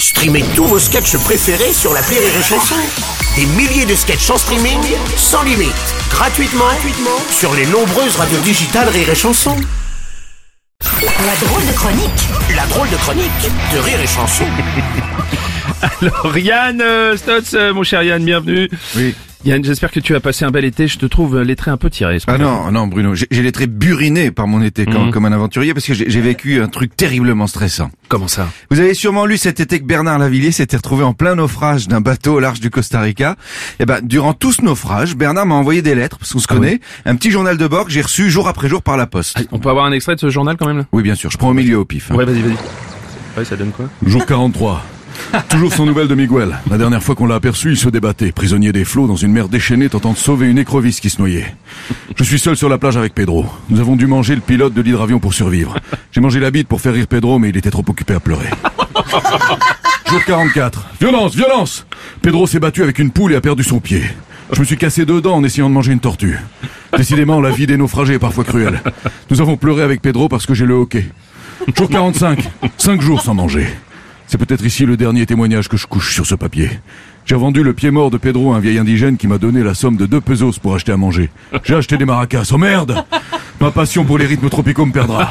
Streamez tous vos sketchs préférés sur l'appli Rire et Chanson. Des milliers de sketchs en streaming, sans limite, gratuitement sur les nombreuses radios digitales Rire et Chanson. La drôle de chronique de Rire et Chanson. Alors Yann Stotz, mon cher Yann, bienvenue. Oui. Yann, j'espère que tu as passé un bel été. Je te trouve les traits un peu tirés. Ah non Bruno, j'ai les traits burinés par mon été comme un aventurier parce que j'ai vécu un truc terriblement stressant. Comment ça? Vous avez sûrement lu cet été que Bernard Lavilliers s'était retrouvé en plein naufrage d'un bateau au large du Costa Rica. Et durant tout ce naufrage, Bernard m'a envoyé des lettres, parce qu'on se connaît, un petit journal de bord que j'ai reçu jour après jour par la poste. On peut avoir un extrait de ce journal quand même là? Oui, bien sûr, je prends au milieu au pif. Ouais, vas-y. Ouais, ça donne quoi? Jour 43. Toujours sans nouvelles de Miguel. La dernière fois qu'on l'a aperçu, il se débattait, prisonnier des flots dans une mer déchaînée, tentant de sauver une écrevisse qui se noyait. Je suis seul sur la plage avec Pedro. Nous avons dû manger le pilote de l'hydravion pour survivre. J'ai mangé la bite pour faire rire Pedro, mais il était trop occupé à pleurer. Jour 44. Violence! Pedro s'est battu avec une poule et a perdu son pied. Je me suis cassé 2 dents en essayant de manger une tortue. Décidément, la vie des naufragés est parfois cruelle. Nous avons pleuré avec Pedro parce que j'ai le hockey. Jour 45. 5 jours sans manger. C'est peut-être ici le dernier témoignage que je couche sur ce papier. J'ai vendu le pied mort de Pedro à un vieil indigène qui m'a donné la somme de 2 pesos pour acheter à manger. J'ai acheté des maracas. Oh merde! Ma passion pour les rythmes tropicaux me perdra.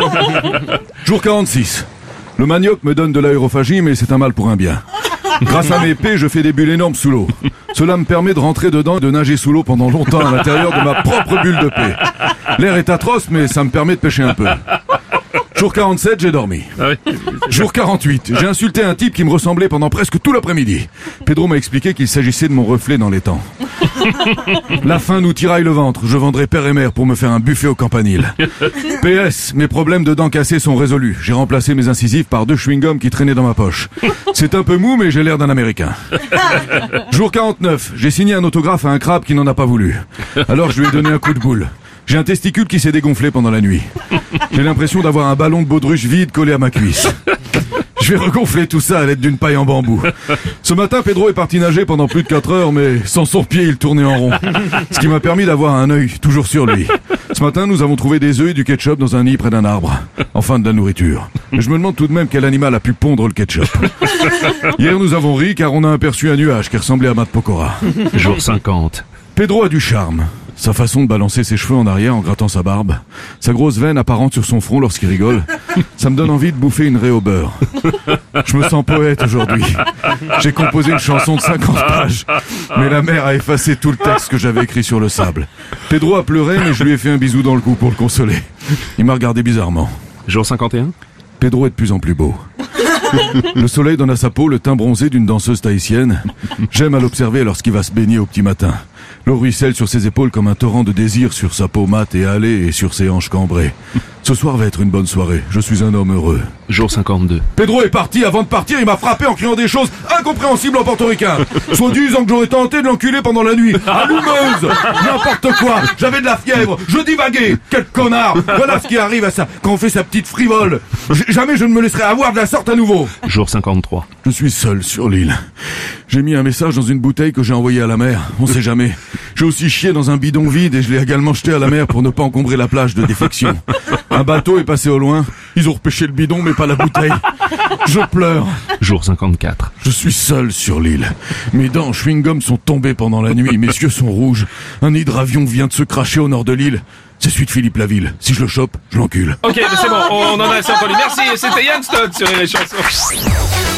Jour 46. Le manioc me donne de l'aérophagie, mais c'est un mal pour un bien. Grâce à mes pets, je fais des bulles énormes sous l'eau. Cela me permet de rentrer dedans et de nager sous l'eau pendant longtemps à l'intérieur de ma propre bulle de paix. L'air est atroce, mais ça me permet de pêcher un peu. Jour 47, j'ai dormi. Jour 48, j'ai insulté un type qui me ressemblait pendant presque tout l'après-midi. Pedro m'a expliqué qu'il s'agissait de mon reflet dans les temps. La faim nous tiraille le ventre. Je vendrai père et mère pour me faire un buffet au campanile. PS, mes problèmes de dents cassées sont résolus. J'ai remplacé mes incisives par 2 chewing-gums qui traînaient dans ma poche. C'est un peu mou, mais j'ai l'air d'un Américain. Jour 49, j'ai signé un autographe à un crabe qui n'en a pas voulu. Alors je lui ai donné un coup de boule. J'ai un testicule qui s'est dégonflé pendant la nuit. J'ai l'impression d'avoir un ballon de baudruche vide collé à ma cuisse. Je vais regonfler tout ça à l'aide d'une paille en bambou. Ce matin, Pedro est parti nager pendant plus de 4 heures, mais sans son pied, il tournait en rond. Ce qui m'a permis d'avoir un œil toujours sur lui. Ce matin, nous avons trouvé des œufs et du ketchup dans un nid près d'un arbre. Enfin, de la nourriture. Mais je me demande tout de même quel animal a pu pondre le ketchup. Hier, nous avons ri car on a aperçu un nuage qui ressemblait à Mat Pokora. Jour 50. Pedro a du charme. Sa façon de balancer ses cheveux en arrière en grattant sa barbe, sa grosse veine apparente sur son front lorsqu'il rigole, ça me donne envie de bouffer une raie au beurre. Je me sens poète aujourd'hui. J'ai composé une chanson de 50 pages, mais la mer a effacé tout le texte que j'avais écrit sur le sable. Pedro a pleuré, mais je lui ai fait un bisou dans le cou pour le consoler. Il m'a regardé bizarrement. Jour 51. Pedro est de plus en plus beau. Le soleil donne à sa peau le teint bronzé d'une danseuse tahitienne. J'aime à l'observer lorsqu'il va se baigner au petit matin. L'eau ruisselle sur ses épaules comme un torrent de désir sur sa peau mate et hâlée et sur ses hanches cambrées. Ce soir va être une bonne soirée. Je suis un homme heureux. Jour 52. Pedro est parti. Avant de partir, il m'a frappé en criant des choses incompréhensibles en portoricain. Soit disant que j'aurais tenté de l'enculer pendant la nuit. Allumeuse! N'importe quoi! J'avais de la fièvre. Je divaguais. Quel connard! Voilà ce qui arrive à ça quand on fait sa petite frivole. Jamais je ne me laisserai avoir de la sorte à nouveau. Jour 53. Je suis seul sur l'île. J'ai mis un message dans une bouteille que j'ai envoyée à la mer. On sait jamais. J'ai aussi chié dans un bidon vide et je l'ai également jeté à la mer pour ne pas encombrer la plage de défection. Un bateau est passé au loin. Ils ont repêché le bidon mais pas la bouteille. Je pleure. Jour 54. Je suis seul sur l'île. Mes dents en chewing-gum sont tombées pendant la nuit. Mes yeux sont rouges. Un hydravion vient de se cracher au nord de l'île. C'est celui de Philippe Laville. Si je le chope, je l'encule. Ok, mais c'est bon, on en a assez entendu. Merci, c'était Yann Stotz sur les chansons.